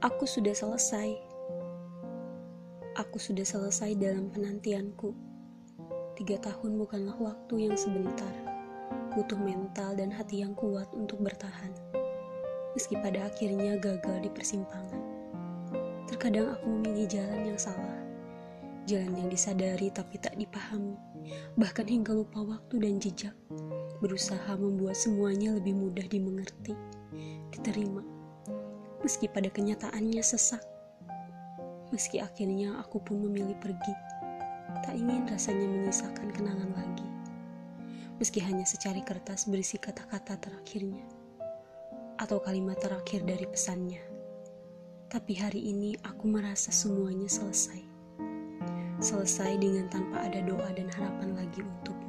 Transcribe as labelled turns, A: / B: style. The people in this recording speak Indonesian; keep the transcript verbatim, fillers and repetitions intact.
A: Aku sudah selesai. Aku sudah selesai dalam penantianku. Tiga tahun bukanlah waktu yang sebentar. Butuh mental dan hati yang kuat untuk bertahan. Meski pada akhirnya gagal di persimpangan. Terkadang aku memilih jalan yang salah. Jalan yang disadari tapi tak dipahami. Bahkan hingga lupa waktu dan jejak. Berusaha membuat semuanya lebih mudah dimengerti, diterima. Meski pada kenyataannya sesak. Meski akhirnya aku pun memilih pergi. Tak ingin rasanya menyisakan kenangan lagi. Meski hanya secari kertas berisi kata-kata terakhirnya. Atau kalimat terakhir dari pesannya. Tapi hari ini aku merasa semuanya selesai. Selesai dengan tanpa ada doa dan harapan lagi untuk